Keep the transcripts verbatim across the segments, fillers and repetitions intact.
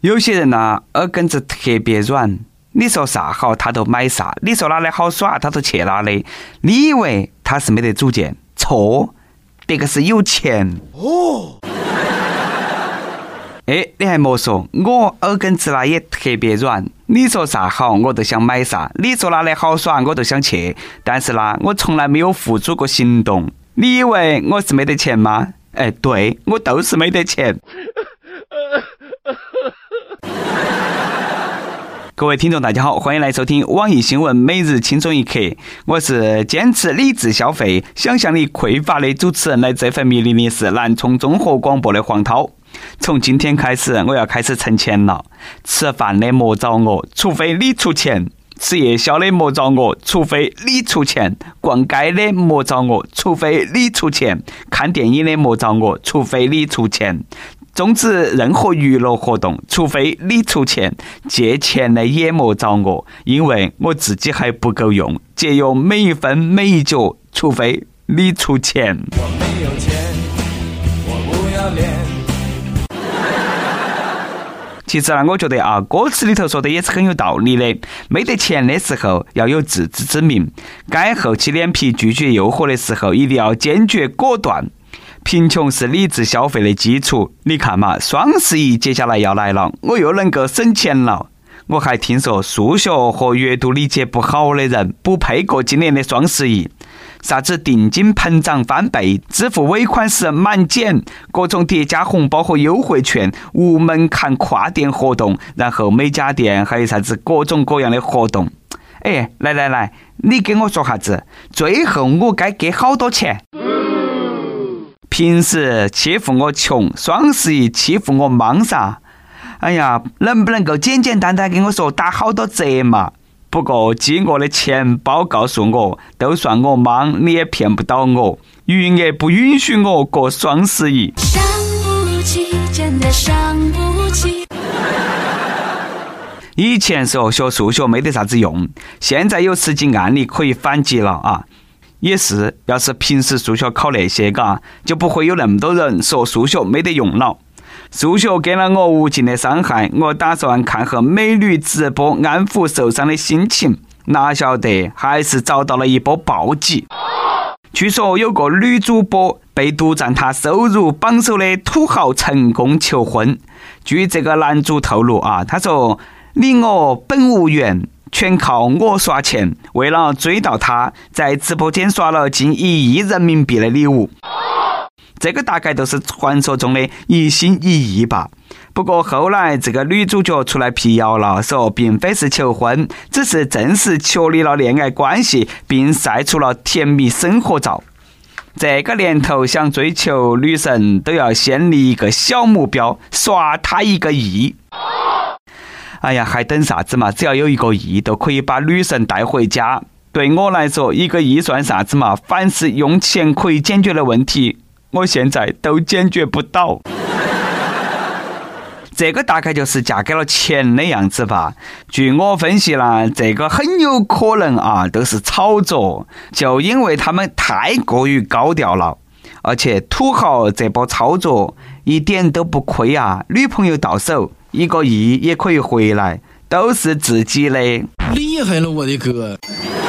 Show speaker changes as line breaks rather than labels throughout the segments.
有些人呢，耳根子特别软，你说啥好他都买啥，你说哪里好耍他都去哪里。你以为他是没得主见？错，别个是有钱哦。哎，你还莫说，我耳根子啦也特别软，你说啥好我都想买啥，你说哪里好耍我都想去，但是啦，我从来没有付诸过行动。你以为我是没得钱吗？哎，对，我都是没得钱。各位听众大家好，欢迎来收听网易新闻每日轻松一刻，我是坚持理智消费想象力匮乏的主持人，来自 F M 一零零四南充综合广播的黄涛。从今天开始我要开始存钱了，吃饭的莫找我，除非你出钱，吃夜宵的莫找我，除非你出钱，逛街的莫找我，除非你出钱，看电影的莫找我，除非你出钱，终止任何娱乐活动，除非你出钱，借钱的也莫找我，因为我自己还不够用，借用每一分每一角，除非你出钱。我没有钱，我不要脸。其实呢，我觉得啊，歌词里头说的也是很有道理的。没得钱的时候要有自知之明，该厚起脸皮拒绝诱惑的时候一定要坚决果断。贫穷是理智消费的基础。你看嘛，双十一接下来要来了，我又能够省钱了。我还听说数学和阅读理解不好的人不配过今年的双十一。啥子定金膨胀翻倍，支付尾款时满减，各种叠加红包和优惠券，无门槛跨店活动，然后每家店还有啥子各种各样的活动。哎，来来来，你给我说下子，最后我该给好多钱？平时欺负我穷，双十一欺负我莽啥？哎呀，能不能够简简单单给我说打好多折嘛？不过饥饿的钱包告诉我，都算我莽，你也骗不到我，余额不允许我过双十一。伤不起，真的伤不起。以前说学数学没得啥子用，现在有实际案例可以反击了啊！也是，要是平时数学考那些嘎，就不会有那么多人说数学没得用了。数学给了我无尽的伤害，我打算看后美女直播安抚受伤的心情，哪晓得还是遭到了一波暴击。据说有个女主播被独占她收入榜首的土豪成功求婚。据这个男主透露啊，他说你我本无缘，全靠我刷钱，为了追到他，在直播间刷了近一亿人民币的礼物。这个大概都是传说中的一心一意吧。不过后来这个女主角出来辟谣了，说并非是求婚，只是正式确立了恋爱关系，并晒出了甜蜜生活照。这个年头想追求女神都要先立一个小目标，刷她一个亿。哎呀，还等啥子嘛？只要有一个亿都可以把女神带回家。对我来说，一个亿算啥子嘛？凡是用钱可以解决的问题，我现在都解决不到。这个大概就是嫁给了钱的样子吧。据我分析啦，这个很有可能啊都是炒作，就因为他们太过于高调了。而且土豪这波操作一点都不亏啊，女朋友到手一个亿也可以回来，都是自己的。
厉害了我的哥！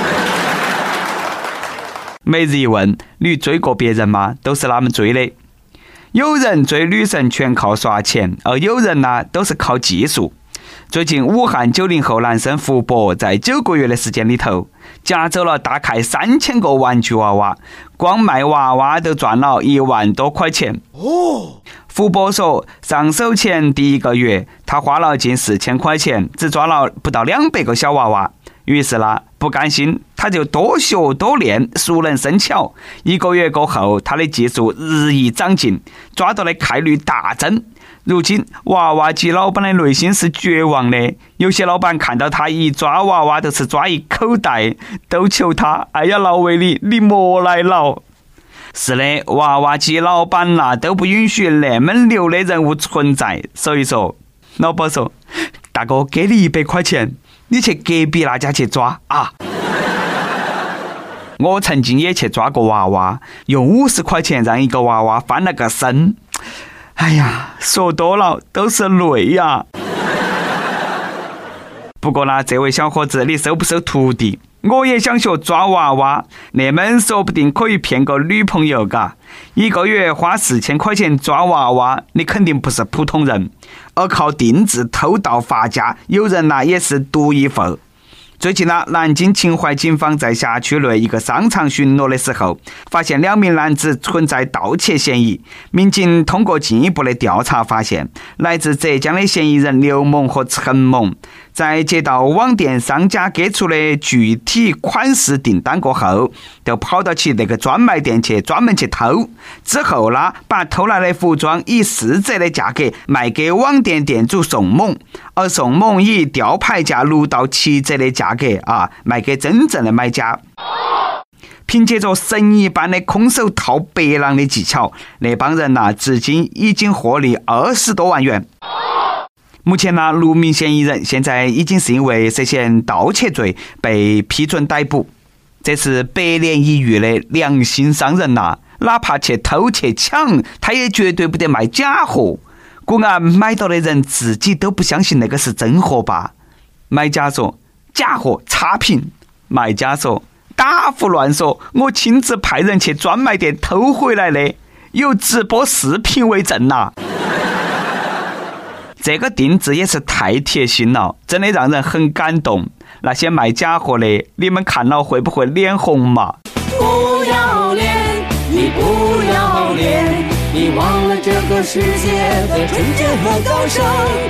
每日一问，你追过别人吗？都是哪们追的？有人追女神全靠刷钱，而有人呢都是靠技术。最近武汉九零后男生福伯在九个月的时间里头夹走了大概三千个玩具娃娃，光卖娃娃都赚了一万多块钱。哦，福伯说上手前第一个月他花了近四千块钱，只抓了不到两百个小娃娃。于是呢，不甘心，他就多学多练，熟能生巧。一个月过后，他的技术日益长进，抓到的概率大增。如今，娃娃机老板的内心是绝望的。有些老板看到他一抓娃娃都是抓一口袋，都求他：哎呀，老魏你你莫来了。是的，娃娃机老板啦都不允许那么牛的人物存在。所以说，老鸨说：大哥，给你一百块钱。你去隔壁那家去抓啊！我曾经也去抓过娃娃，用五十块钱让一个娃娃翻了个身。哎呀，说多了都是泪呀！ 不过呢，这位小伙子，你收不收徒弟？我也想学抓娃娃，那么说不定可以骗个女朋友嘎。一个月花四千块钱抓娃娃，你肯定不是普通人，而靠定制偷盗发家，有人呐也是独一份。最近呢，南京秦淮警方在辖区内一个商场巡逻的时候，发现两名男子存在盗窃嫌疑。民警通过进一步的调查发现，来自浙江的嫌疑人刘某和陈某，在接到网店商家给出的具体款式订单过后，就跑到起那个专卖店去专门去偷。之后呢，把偷来的服装以四折的价格卖给网店店主宋某，而宋某以吊牌价六到七折的价格啊卖给真正的买家。凭借着神一般的空手套白狼的技巧，那帮人呐、啊，至今已经获利二十多万元。目前呢，六名嫌疑人现在已经是因为涉嫌盗窃罪被批准逮捕。这是百年一遇的良心商人呐、啊，哪怕去偷去抢，他也绝对不得卖假货。果然买到的人自己都不相信那个是真货吧？买家说假货差评，卖家说打胡乱说，我亲自派人去专卖店偷回来的，有直播视频为证呐、啊。这个定制也是太贴心了，真的让人很感动。那些卖假货的，你们看了会不会脸红嘛？
不要脸，你不要脸，你忘了这个世界的纯洁和高尚。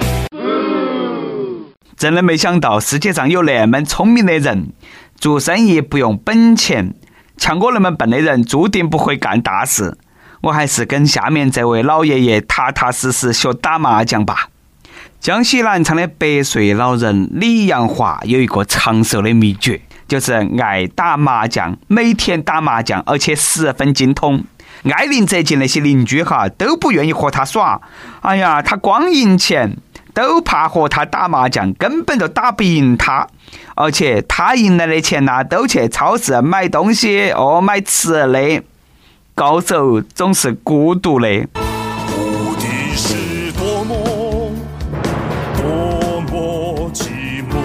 真的没想到世界上有那么聪明的人，做生意不用本钱，像我那么笨的人注定不会干大事。我还是跟下面这位老爷爷踏踏实实学打麻将吧。江西南昌的百岁老人李阳华有一个长寿的秘诀，就是爱打麻将，每天打麻将，而且十分精通。挨邻则近那些邻居哈都不愿意和他耍，哎呀，他光赢钱，都怕和他打麻将，根本就打不赢他。而且他赢来的钱呢、啊，都去超市买东西哦，买吃的。高手总是孤独的。
目的是多么多么寂寞。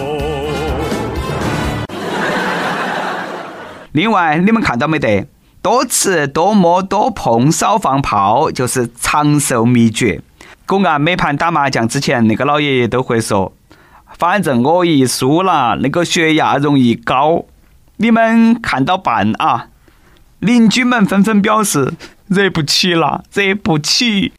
另外，你们看到没得？多吃多摸多碰少放炮，就是长寿秘诀。果然每盘打麻将之前，那个老爷爷都会说：“反正我一输了，那个血压容易高，你们看到办啊！”邻居们纷纷表示：“惹不起了，惹不起。”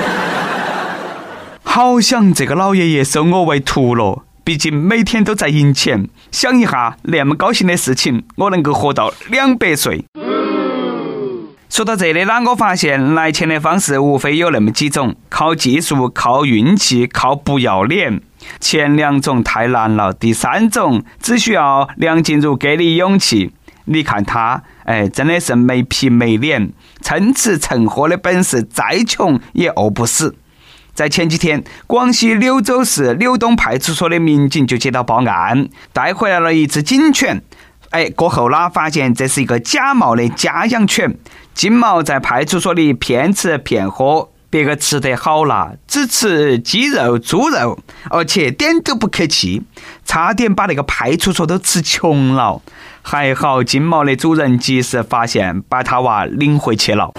好想这个老爷爷收我为徒了，毕竟每天都在赢钱。想一下，那么高兴的事情，我能够活到两百岁。说到这里呢，我发现来钱的方式无非有那么几种：靠技术、靠运气、靠不要脸。前两种太难了，第三种只需要梁静茹给你勇气。你看他，哎，真的是没皮没脸，蹭吃蹭喝的本事再穷也饿不死。在前几天，广西柳州市柳东派出所的民警就接到报案，带回来了一只警犬。哎，过后呢，发现这是一个假冒的家养犬，金毛在派出所里骗吃骗喝，别个吃得好了，只吃鸡肉、猪肉，而且点都不客气，差点把那个派出所都吃穷了。还好金毛的主人及时发现，把他娃领回去了。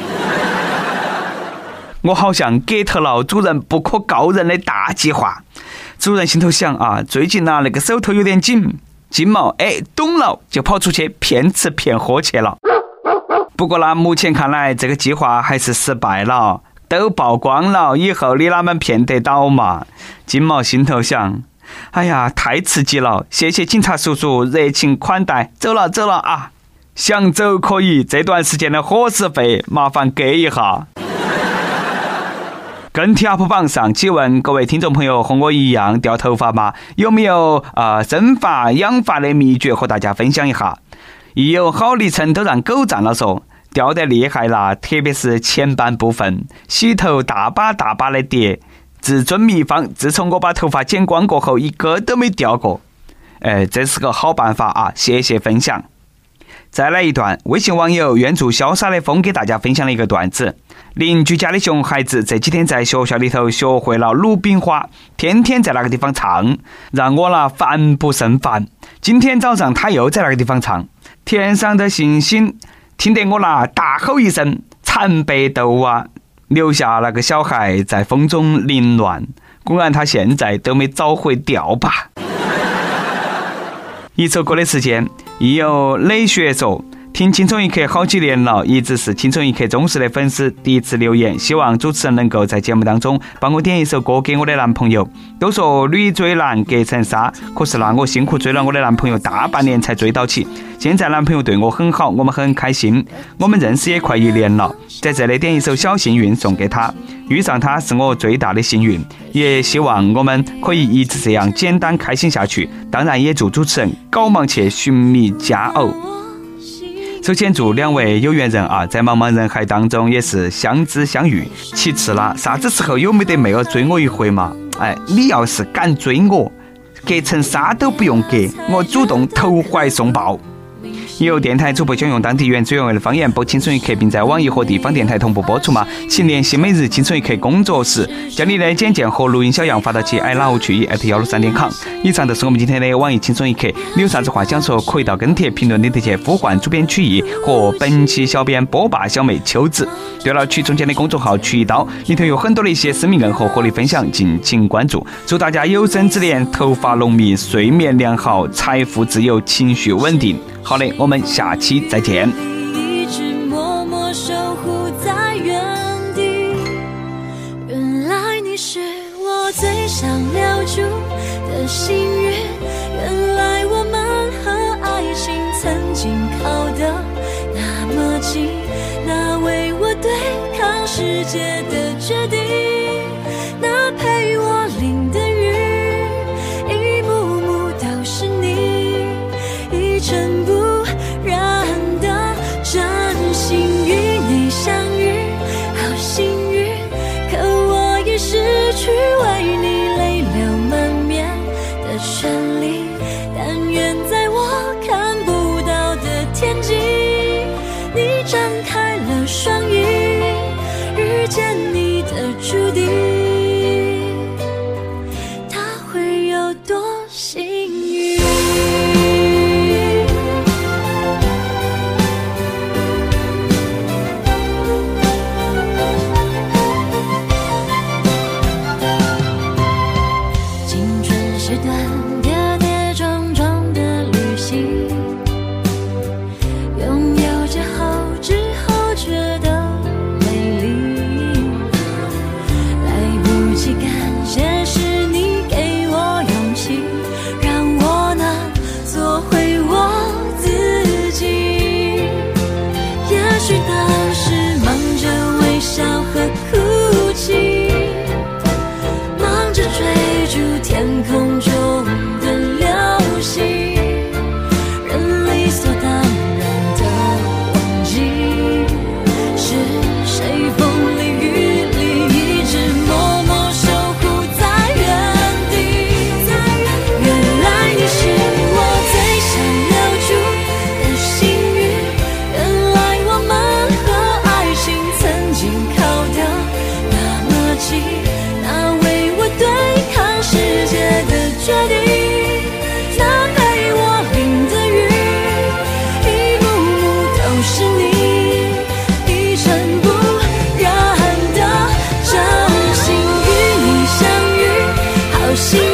我好像 get 了主人不可告人的大计划。主人心头想啊，最近啊那个手头有点紧。金毛哎懂了，就跑出去骗吃骗喝去了。不过呢，目前看来这个计划还是失败了，都曝光了，以后你哪们骗得到嘛？金毛心头想，哎呀，太刺激了！谢谢警察叔叔热情款待，走了走了啊！想走可以，这段时间的伙食费麻烦给一下。跟帖 U P 榜上，请问各位听众朋友和我一样掉头发吗？有没有呃生发养发的秘诀和大家分享一下？一有好昵称都让狗占了说，掉得厉害了，特别是前半部分，洗头大把大把的跌。至尊秘方，自从我把头发剪光过后，一个都没掉过。哎，这是个好办法啊！谢谢分享。 再来一段，微信网友愿做潇洒的风给大家分享了一个段子。邻居家的熊孩子这几天在学校里头学会了鲁冰花，天天在那个地方唱，让我了烦不胜烦。今天早上他又在那个地方唱，天上的星星，听得我啦大吼一声惨白豆啊，留下那个小孩在风中凌乱，公安他现在都没找回调吧。一首歌的时间，亦有磊学说，听青春一刻好几年了，一直是青春一刻忠实的粉丝，第一次留言，希望主持人能够在节目当中帮我点一首歌给我的男朋友。都说女追男隔层纱，可是那我辛苦追了我的男朋友大半年才追到起，现在男朋友对我很好，我们很开心，我们认识也快一年了，在这里点一首小幸运送给他，遇上他是我最大的幸运，也希望我们可以一直这样简单开心下去，当然也祝主持人搞忙去寻觅佳偶。首先祝两位有缘人啊，在茫茫人海当中也是相知相遇。其次啦，啥子时候有没得妹儿追我一回嘛？哎，你要是敢追我，隔层纱都不用隔，我主动投怀送抱。由电台主播想用当地原汁原味的方言播青春一刻，并在网易和地方电台同步播出吗？请联系每日青春一刻工作室，将你的简介和录音小样发到其 i love 去 at 一六三点 com。以上就是我们今天的网易青春一刻，你有啥子话想说，可以到跟帖评论里头去呼唤主编曲艺和本期小编波霸小妹秋子。对了，曲中间的公众号曲一刀里头有很多的一些私密硬核和你分享，敬请关注。祝大家有生之年头发浓密，睡眠良好，财富自由，情绪稳定。好嘞，我们下期再见。
一直默默守护在原地，原来你是我最想留住的幸运，原来我们和爱情曾经靠得那么近，那为我对抗世界的决定，那陪我淋的雨，一幕幕都是你，一尘不染的真心与你相遇，好幸运，可我已失去为你泪流满面的权利，但愿在我看不到的天际，你张开了双翼，遇见你的注定，他会有多幸运。心